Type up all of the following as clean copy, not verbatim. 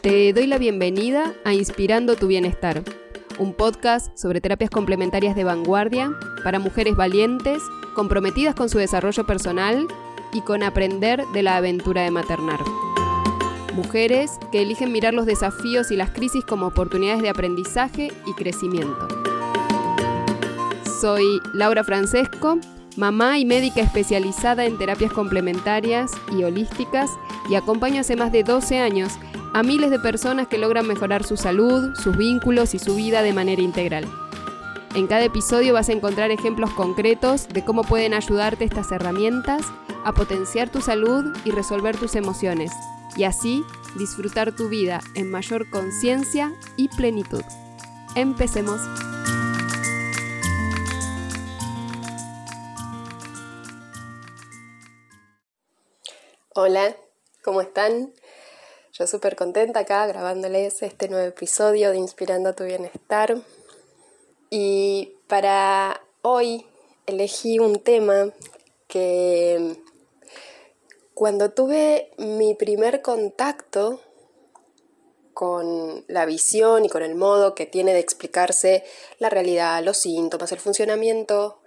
Te doy la bienvenida a Inspirando tu Bienestar, un podcast sobre terapias complementarias de vanguardia para mujeres valientes, comprometidas con su desarrollo personal y con aprender de la aventura de maternar. Mujeres que eligen mirar los desafíos y las crisis como oportunidades de aprendizaje y crecimiento. Soy Laura Francesco, mamá y médica especializada en terapias complementarias y holísticas, y acompaño hace más de 12 años a miles de personas que logran mejorar su salud, sus vínculos y su vida de manera integral. En cada episodio vas a encontrar ejemplos concretos de cómo pueden ayudarte estas herramientas a potenciar tu salud y resolver tus emociones, y así disfrutar tu vida en mayor conciencia y plenitud. Empecemos. Hola, ¿cómo están? Yo súper contenta acá grabándoles este nuevo episodio de Inspirando tu Bienestar. Y para hoy elegí un tema que cuando tuve mi primer contacto con la visión y con el modo que tiene de explicarse la realidad, los síntomas, el funcionamiento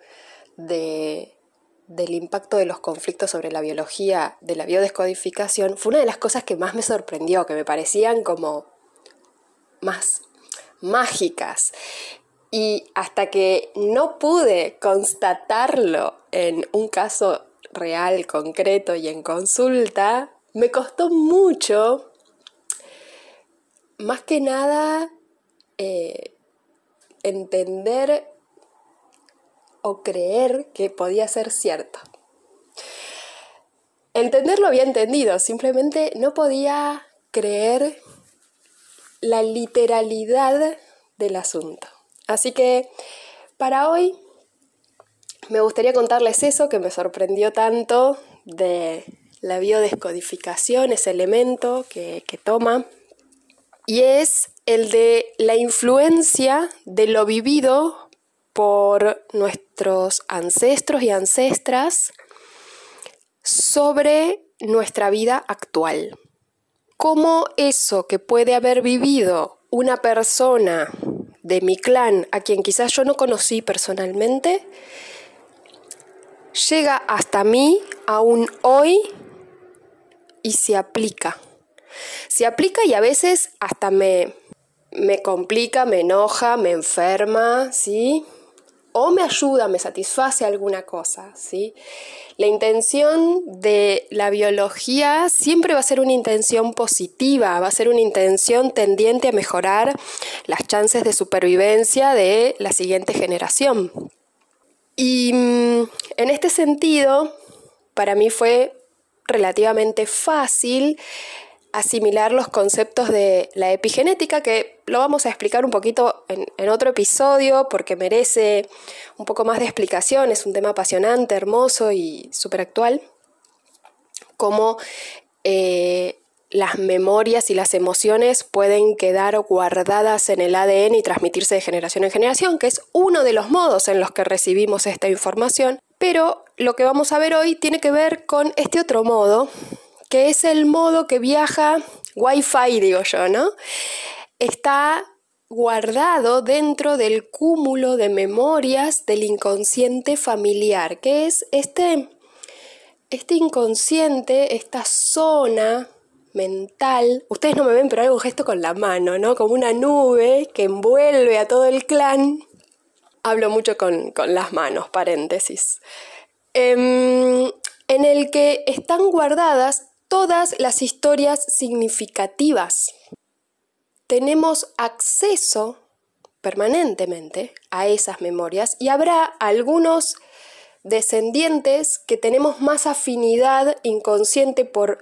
del impacto de los conflictos sobre la biología de la biodescodificación, fue una de las cosas que más me sorprendió, que me parecían como más mágicas. Y hasta que no pude constatarlo en un caso real, concreto y en consulta, me costó mucho, más que nada, entender o creer que podía ser cierto. Entenderlo había entendido, simplemente no podía creer la literalidad del asunto. Así que para hoy me gustaría contarles eso que me sorprendió tanto de la biodescodificación, ese elemento que toma, y es el de la influencia de lo vivido por nuestros ancestros y ancestras sobre nuestra vida actual. Cómo eso que puede haber vivido una persona de mi clan, a quien quizás yo no conocí personalmente, llega hasta mí aún hoy y se aplica. Se aplica y a veces hasta me complica, me enoja, me enferma, ¿sí? O me ayuda, me satisface alguna cosa, ¿sí? La intención de la biología siempre va a ser una intención positiva, va a ser una intención tendiente a mejorar las chances de supervivencia de la siguiente generación. Y en este sentido, para mí fue relativamente fácil asimilar los conceptos de la epigenética, que lo vamos a explicar un poquito en otro episodio porque merece un poco más de explicación. Es un tema apasionante, hermoso y súper actual. Cómo las memorias y las emociones pueden quedar guardadas en el ADN y transmitirse de generación en generación, que es uno de los modos en los que recibimos esta información. Pero lo que vamos a ver hoy tiene que ver con este otro modo, que es el modo que viaja Wi-Fi, digo yo, ¿no? Está guardado dentro del cúmulo de memorias del inconsciente familiar, que es este inconsciente, esta zona mental. Ustedes no me ven, pero hago un gesto con la mano, ¿no? Como una nube que envuelve a todo el clan. Hablo mucho con las manos, paréntesis. En el que están guardadas todas las historias significativas. Tenemos acceso permanentemente a esas memorias y habrá algunos descendientes que tenemos más afinidad inconsciente por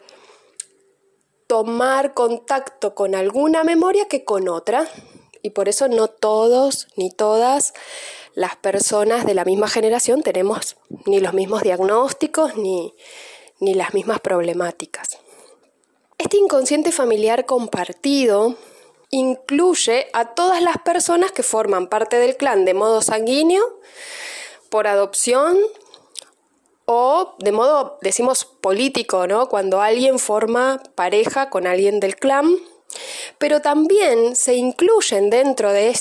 tomar contacto con alguna memoria que con otra, y por eso no todos ni todas las personas de la misma generación tenemos ni los mismos diagnósticos ni las mismas problemáticas. Este inconsciente familiar compartido incluye a todas las personas que forman parte del clan de modo sanguíneo, por adopción o de modo, decimos, político, ¿no? Cuando alguien forma pareja con alguien del clan, pero también se incluyen dentro de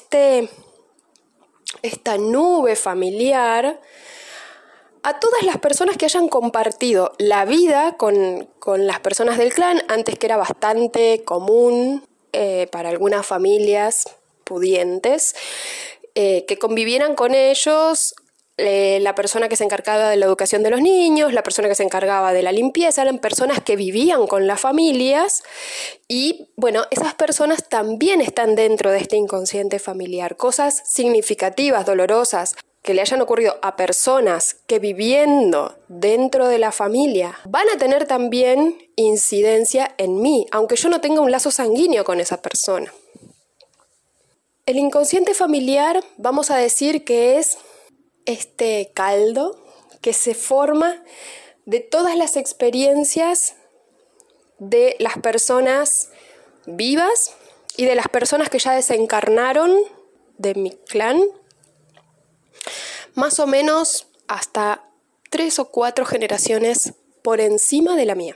esta nube familiar a todas las personas que hayan compartido la vida con las personas del clan, antes que era bastante común para algunas familias pudientes, que convivieran con ellos la persona que se encargaba de la educación de los niños, la persona que se encargaba de la limpieza, eran personas que vivían con las familias y, bueno, esas personas también están dentro de este inconsciente familiar. Cosas significativas, dolorosas, que le hayan ocurrido a personas que viviendo dentro de la familia van a tener también incidencia en mí, aunque yo no tenga un lazo sanguíneo con esa persona. El inconsciente familiar, vamos a decir que es este caldo que se forma de todas las experiencias de las personas vivas y de las personas que ya desencarnaron de mi clan, más o menos hasta 3 o 4 generaciones por encima de la mía.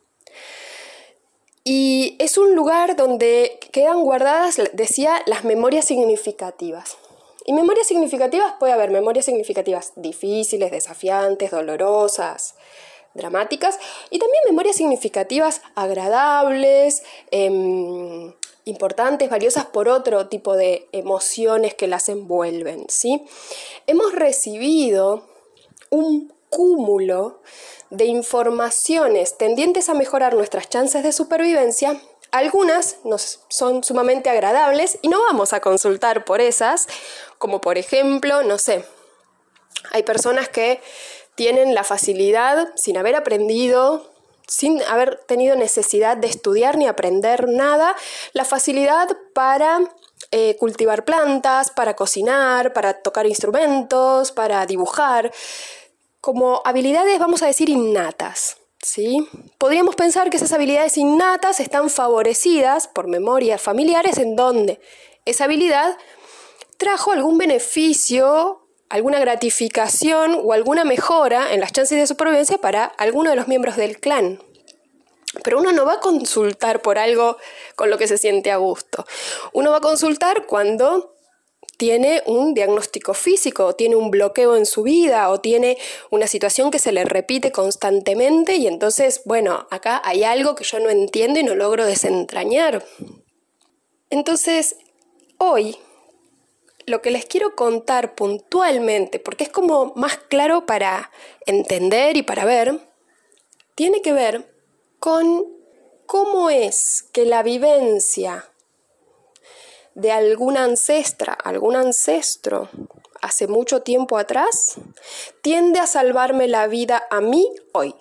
Y es un lugar donde quedan guardadas, decía, las memorias significativas. Y memorias significativas puede haber memorias significativas difíciles, desafiantes, dolorosas, dramáticas, y también memorias significativas agradables, importantes, valiosas por otro tipo de emociones que las envuelven, ¿sí? Hemos recibido un cúmulo de informaciones tendientes a mejorar nuestras chances de supervivencia. Algunas nos son sumamente agradables y no vamos a consultar por esas, como por ejemplo, no sé, hay personas que tienen la facilidad, sin haber aprendido, sin haber tenido necesidad de estudiar ni aprender nada, la facilidad para cultivar plantas, para cocinar, para tocar instrumentos, para dibujar, como habilidades, vamos a decir, innatas. ¿Sí? Podríamos pensar que esas habilidades innatas están favorecidas por memorias familiares en donde esa habilidad trajo algún beneficio, alguna gratificación o alguna mejora en las chances de supervivencia para alguno de los miembros del clan. Pero uno no va a consultar por algo con lo que se siente a gusto. Uno va a consultar cuando tiene un diagnóstico físico, o tiene un bloqueo en su vida, o tiene una situación que se le repite constantemente y entonces, bueno, acá hay algo que yo no entiendo y no logro desentrañar. Entonces, hoy, lo que les quiero contar puntualmente, porque es como más claro para entender y para ver, tiene que ver con cómo es que la vivencia de alguna ancestra, algún ancestro hace mucho tiempo atrás, tiende a salvarme la vida a mí hoy.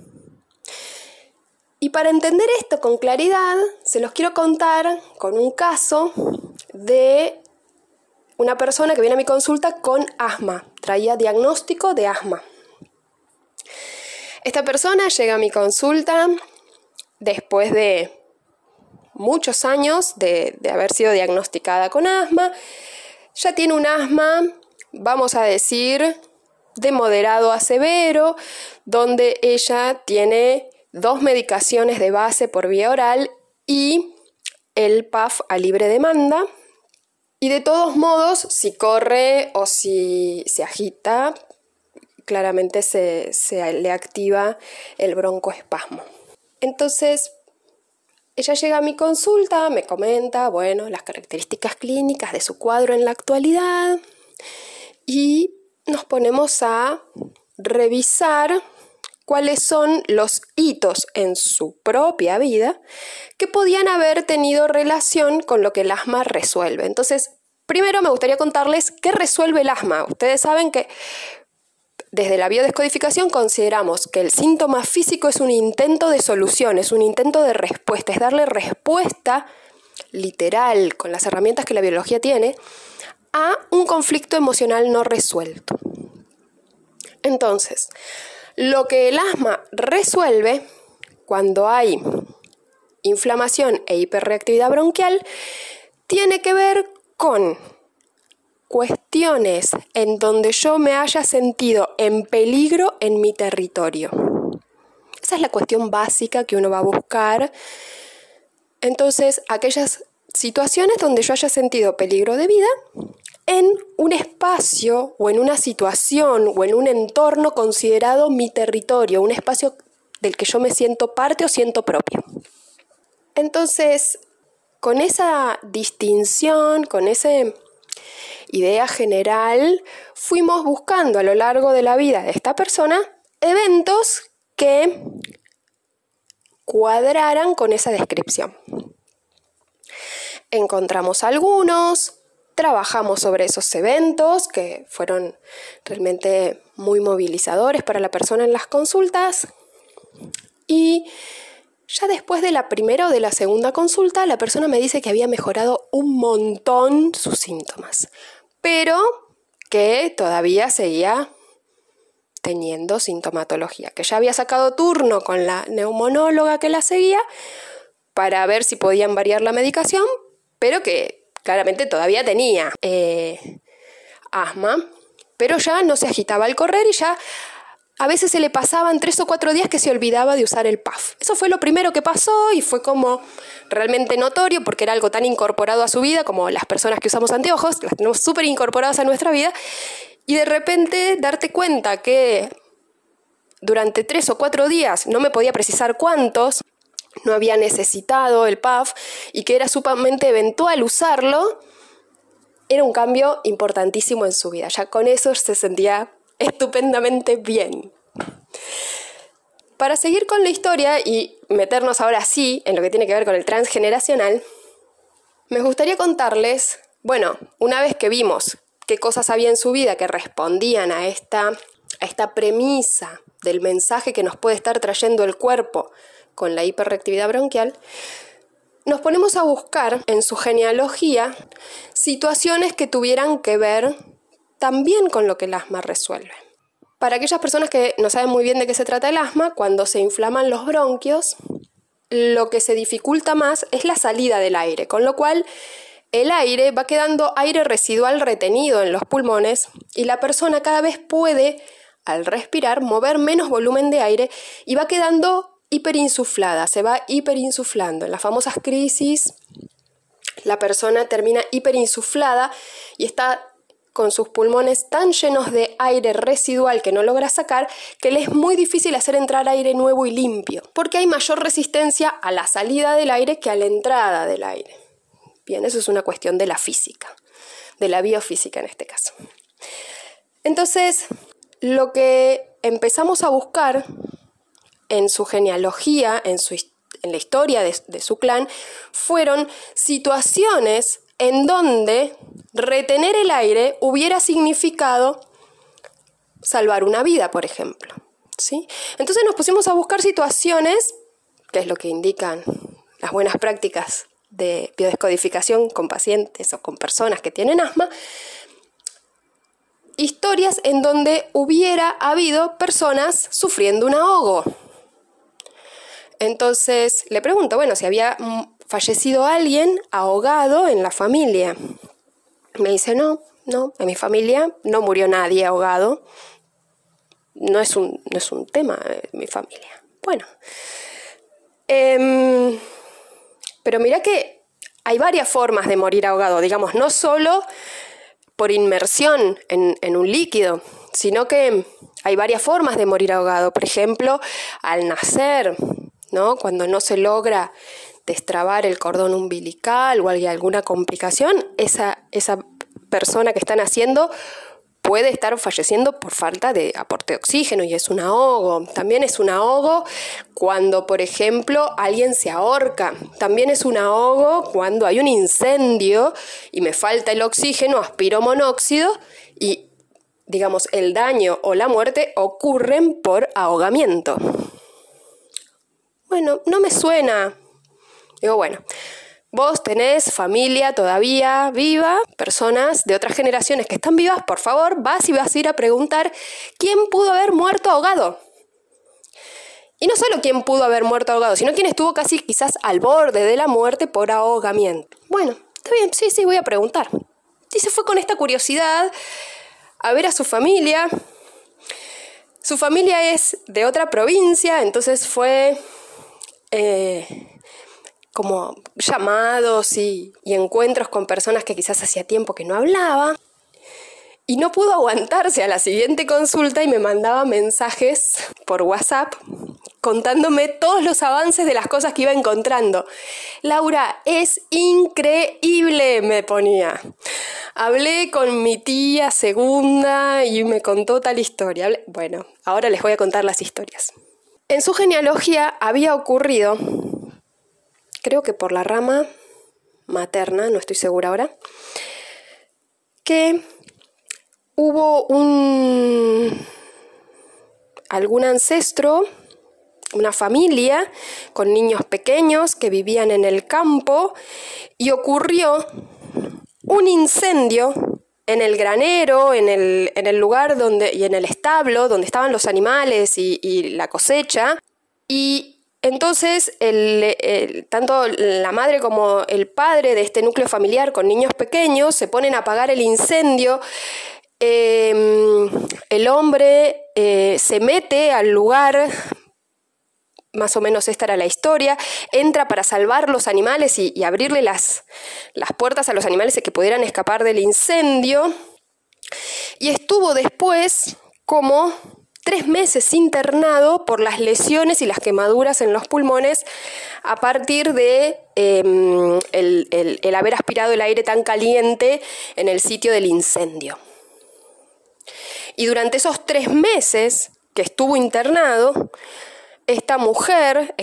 Y para entender esto con claridad, se los quiero contar con un caso de una persona que viene a mi consulta con asma, traía diagnóstico de asma. Esta persona llega a mi consulta después de muchos años de haber sido diagnosticada con asma. Ya tiene un asma, vamos a decir, de moderado a severo, donde ella tiene 2 medicaciones de base por vía oral y el PAF a libre demanda. Y de todos modos, si corre o si se agita, claramente se le activa el broncoespasmo. Entonces, ella llega a mi consulta, me comenta, bueno, las características clínicas de su cuadro en la actualidad y nos ponemos a revisar cuáles son los hitos en su propia vida que podían haber tenido relación con lo que el asma resuelve. Entonces, primero me gustaría contarles qué resuelve el asma. Ustedes saben que desde la biodescodificación consideramos que el síntoma físico es un intento de solución, es un intento de respuesta, es darle respuesta literal, con las herramientas que la biología tiene, a un conflicto emocional no resuelto. Entonces, lo que el asma resuelve cuando hay inflamación e hiperreactividad bronquial tiene que ver con cuestiones en donde yo me haya sentido en peligro en mi territorio. Esa es la cuestión básica que uno va a buscar. Entonces, aquellas situaciones donde yo haya sentido peligro de vida en un espacio o en una situación o en un entorno considerado mi territorio, un espacio del que yo me siento parte o siento propio. Entonces, con esa distinción, con esa idea general, fuimos buscando a lo largo de la vida de esta persona eventos que cuadraran con esa descripción. Encontramos algunos, trabajamos sobre esos eventos que fueron realmente muy movilizadores para la persona en las consultas y ya después de la primera o de la segunda consulta la persona me dice que había mejorado un montón sus síntomas, pero que todavía seguía teniendo sintomatología, que ya había sacado turno con la neumonóloga que la seguía para ver si podían variar la medicación, pero que claramente todavía tenía asma, pero ya no se agitaba al correr y ya a veces se le pasaban 3 o 4 días que se olvidaba de usar el PAF. Eso fue lo primero que pasó y fue como realmente notorio porque era algo tan incorporado a su vida como las personas que usamos anteojos, las tenemos súper incorporadas a nuestra vida, y de repente darte cuenta que durante 3 o 4 días, no me podía precisar cuántos, no había necesitado el PAF y que era sumamente eventual usarlo, era un cambio importantísimo en su vida. Ya con eso se sentía estupendamente bien. Para seguir con la historia y meternos ahora sí en lo que tiene que ver con el transgeneracional, me gustaría contarles, bueno, una vez que vimos qué cosas había en su vida que respondían a esta premisa del mensaje que nos puede estar trayendo el cuerpo con la hiperreactividad bronquial, nos ponemos a buscar en su genealogía situaciones que tuvieran que ver también con lo que el asma resuelve. Para aquellas personas que no saben muy bien de qué se trata el asma, cuando se inflaman los bronquios, lo que se dificulta más es la salida del aire, con lo cual el aire va quedando aire residual retenido en los pulmones y la persona cada vez puede, al respirar, mover menos volumen de aire y va quedando hiperinsuflada, se va hiperinsuflando. En las famosas crisis, la persona termina hiperinsuflada y está con sus pulmones tan llenos de aire residual que no logra sacar, que le es muy difícil hacer entrar aire nuevo y limpio, porque hay mayor resistencia a la salida del aire que a la entrada del aire. Bien, eso es una cuestión de la física, de la biofísica en este caso. Entonces, lo que empezamos a buscar en su genealogía, en la historia de su clan, fueron situaciones en donde retener el aire hubiera significado salvar una vida, por ejemplo, ¿sí? Entonces nos pusimos a buscar situaciones, que es lo que indican las buenas prácticas de biodescodificación con pacientes o con personas que tienen asma, historias en donde hubiera habido personas sufriendo un ahogo. Entonces le pregunto, bueno, si había fallecido alguien ahogado en la familia. Me dice, no, en mi familia no murió nadie ahogado. No es un tema de mi familia. Bueno, pero mira que hay varias formas de morir ahogado, digamos, no solo por inmersión en un líquido, sino que hay varias formas de morir ahogado. Por ejemplo, al nacer, ¿no? Cuando no se logra destrabar el cordón umbilical o hay alguna complicación, esa persona que está naciendo puede estar falleciendo por falta de aporte de oxígeno y es un ahogo. También es un ahogo cuando, por ejemplo, alguien se ahorca. También es un ahogo cuando hay un incendio y me falta el oxígeno, aspiro monóxido y, digamos, el daño o la muerte ocurren por ahogamiento. Bueno, no me suena. Digo, bueno, vos tenés familia todavía viva, personas de otras generaciones que están vivas, por favor, vas a ir a preguntar quién pudo haber muerto ahogado. Y no solo quién pudo haber muerto ahogado, sino quién estuvo casi quizás al borde de la muerte por ahogamiento. Bueno, está bien, sí, voy a preguntar. Y se fue con esta curiosidad a ver a su familia. Su familia es de otra provincia, entonces fue como llamados y encuentros con personas que quizás hacía tiempo que no hablaba. Y no pudo aguantarse a la siguiente consulta y me mandaba mensajes por WhatsApp contándome todos los avances de las cosas que iba encontrando. Laura, es increíble, me ponía. Hablé con mi tía segunda y me contó tal historia. Bueno, ahora les voy a contar las historias. En su genealogía había ocurrido, creo que por la rama materna, no estoy segura ahora, que hubo algún ancestro, una familia con niños pequeños que vivían en el campo y ocurrió un incendio en el granero, en el lugar y en el establo donde estaban los animales y la cosecha. Y entonces tanto la madre como el padre de este núcleo familiar con niños pequeños se ponen a apagar el incendio. El hombre se mete al lugar, más o menos esta era la historia, entra para salvar los animales y abrirle las puertas a los animales que pudieran escapar del incendio, y estuvo después como 3 meses internado por las lesiones y las quemaduras en los pulmones a partir de el haber aspirado el aire tan caliente en el sitio del incendio. Y durante esos 3 meses que estuvo internado, esta mujer,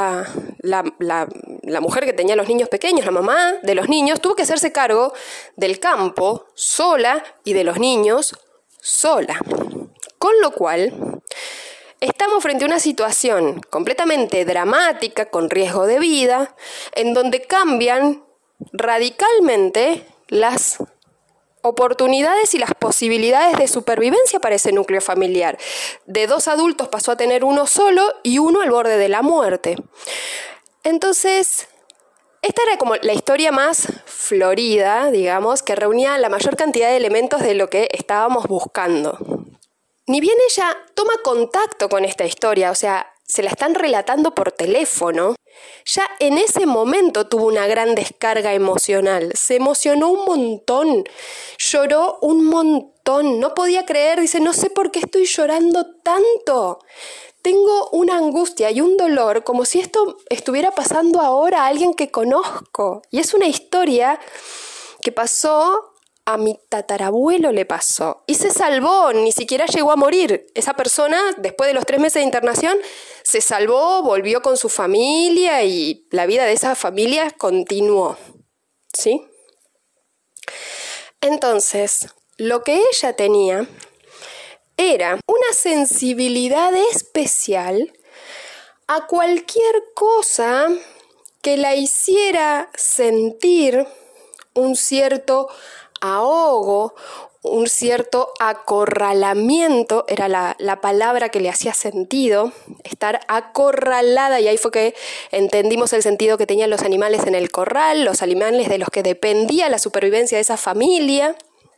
la mujer que tenía los niños pequeños, la mamá de los niños, tuvo que hacerse cargo del campo sola y de los niños sola. Con lo cual, estamos frente a una situación completamente dramática, con riesgo de vida, en donde cambian radicalmente las oportunidades y las posibilidades de supervivencia para ese núcleo familiar. De 2 adultos pasó a tener 1 solo y 1 al borde de la muerte. Entonces, esta era como la historia más florida, digamos, que reunía la mayor cantidad de elementos de lo que estábamos buscando. Ni bien ella toma contacto con esta historia, o sea, se la están relatando por teléfono, ya en ese momento tuvo una gran descarga emocional, se emocionó un montón, lloró un montón, no podía creer, dice, no sé por qué estoy llorando tanto, tengo una angustia y un dolor como si esto estuviera pasando ahora a alguien que conozco, y es una historia que pasó. A mi tatarabuelo le pasó y se salvó, ni siquiera llegó a morir. Esa persona, después de los 3 meses de internación, se salvó, volvió con su familia y la vida de esa familia continuó, ¿sí? Entonces, lo que ella tenía era una sensibilidad especial a cualquier cosa que la hiciera sentir un cierto ahogo, un cierto acorralamiento, era la palabra que le hacía sentido, estar acorralada, y ahí fue que entendimos el sentido que tenían los animales en el corral, los animales de los que dependía la supervivencia de esa familia.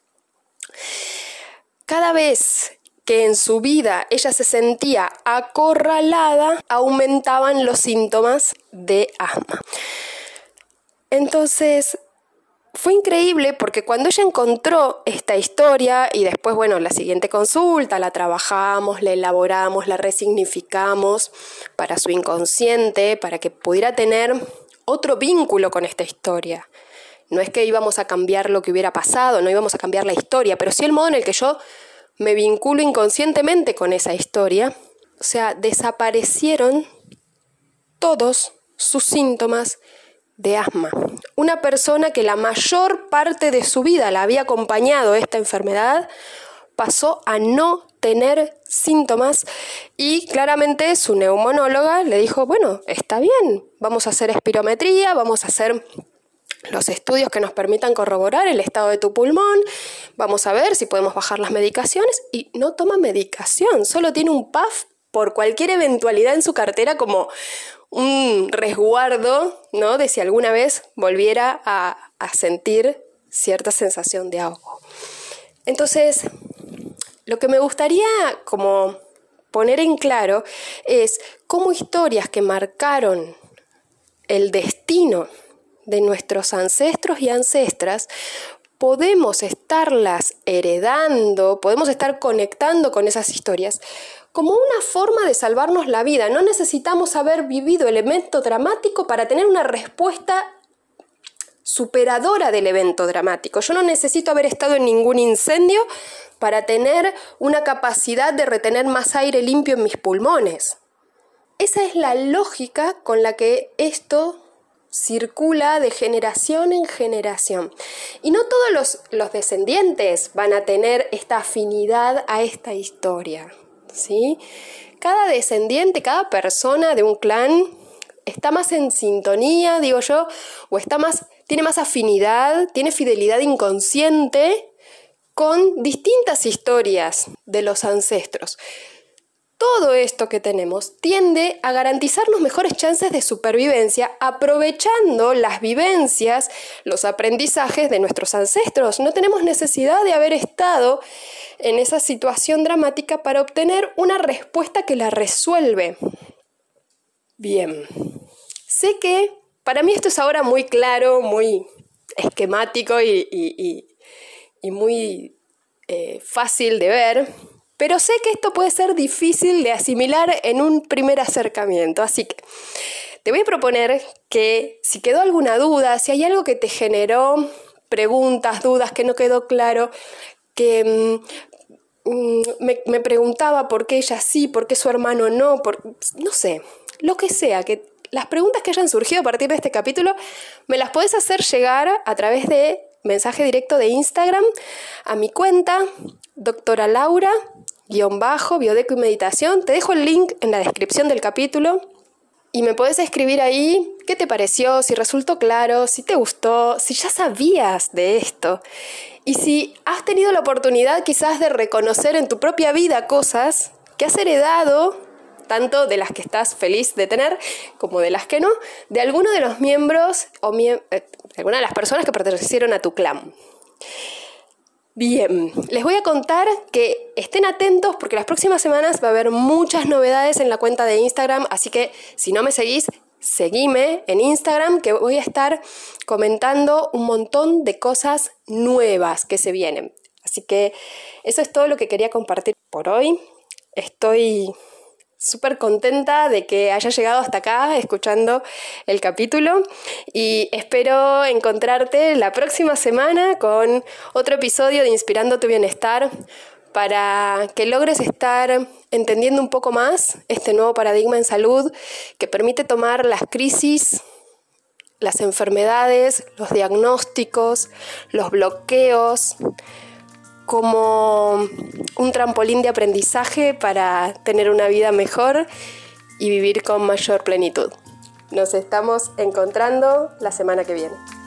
Cada vez que en su vida ella se sentía acorralada, aumentaban los síntomas de asma. Entonces, fue increíble porque cuando ella encontró esta historia y después, bueno, la siguiente consulta, la trabajamos, la elaboramos, la resignificamos para su inconsciente, para que pudiera tener otro vínculo con esta historia. No es que íbamos a cambiar lo que hubiera pasado, no íbamos a cambiar la historia, pero sí el modo en el que yo me vinculo inconscientemente con esa historia. O sea, desaparecieron todos sus síntomas de asma. Una persona que la mayor parte de su vida la había acompañado esta enfermedad pasó a no tener síntomas y claramente su neumonóloga le dijo, bueno, está bien, vamos a hacer espirometría, vamos a hacer los estudios que nos permitan corroborar el estado de tu pulmón, vamos a ver si podemos bajar las medicaciones, y no toma medicación, solo tiene un PAF por cualquier eventualidad en su cartera como un resguardo, ¿no?, de si alguna vez volviera a sentir cierta sensación de ahogo. Entonces, lo que me gustaría como poner en claro es cómo historias que marcaron el destino de nuestros ancestros y ancestras, podemos estarlas heredando, podemos estar conectando con esas historias como una forma de salvarnos la vida. No necesitamos haber vivido el evento dramático para tener una respuesta superadora del evento dramático. Yo no necesito haber estado en ningún incendio para tener una capacidad de retener más aire limpio en mis pulmones. Esa es la lógica con la que esto circula de generación en generación. Y no todos los descendientes van a tener esta afinidad a esta historia, ¿sí? Cada descendiente, cada persona de un clan está más en sintonía, digo yo, o tiene más afinidad, tiene fidelidad inconsciente con distintas historias de los ancestros. Todo esto que tenemos tiende a garantizarnos mejores chances de supervivencia aprovechando las vivencias, los aprendizajes de nuestros ancestros. No tenemos necesidad de haber estado en esa situación dramática para obtener una respuesta que la resuelve. Bien, sé que para mí esto es ahora muy claro, muy esquemático y muy fácil de ver. Pero sé que esto puede ser difícil de asimilar en un primer acercamiento, así que te voy a proponer que si quedó alguna duda, si hay algo que te generó preguntas, dudas, que no quedó claro, que me preguntaba por qué ella sí, por qué su hermano no, no sé, lo que sea, que las preguntas que hayan surgido a partir de este capítulo me las podés hacer llegar a través de mensaje directo de Instagram a mi cuenta, Doctora Laura _biodeco y meditación. Te dejo el link en la descripción del capítulo y me podés escribir ahí qué te pareció, si resultó claro, si te gustó, si ya sabías de esto y si has tenido la oportunidad quizás de reconocer en tu propia vida cosas que has heredado, tanto de las que estás feliz de tener como de las que no, de alguno de los miembros o de alguna de las personas que pertenecieron a tu clan. Bien, les voy a contar que estén atentos porque las próximas semanas va a haber muchas novedades en la cuenta de Instagram, así que si no me seguís, seguime en Instagram que voy a estar comentando un montón de cosas nuevas que se vienen. Así que eso es todo lo que quería compartir por hoy. Estoy súper contenta de que haya llegado hasta acá escuchando el capítulo y espero encontrarte la próxima semana con otro episodio de Inspirando tu Bienestar para que logres estar entendiendo un poco más este nuevo paradigma en salud que permite tomar las crisis, las enfermedades, los diagnósticos, los bloqueos como un trampolín de aprendizaje para tener una vida mejor y vivir con mayor plenitud. Nos estamos encontrando la semana que viene.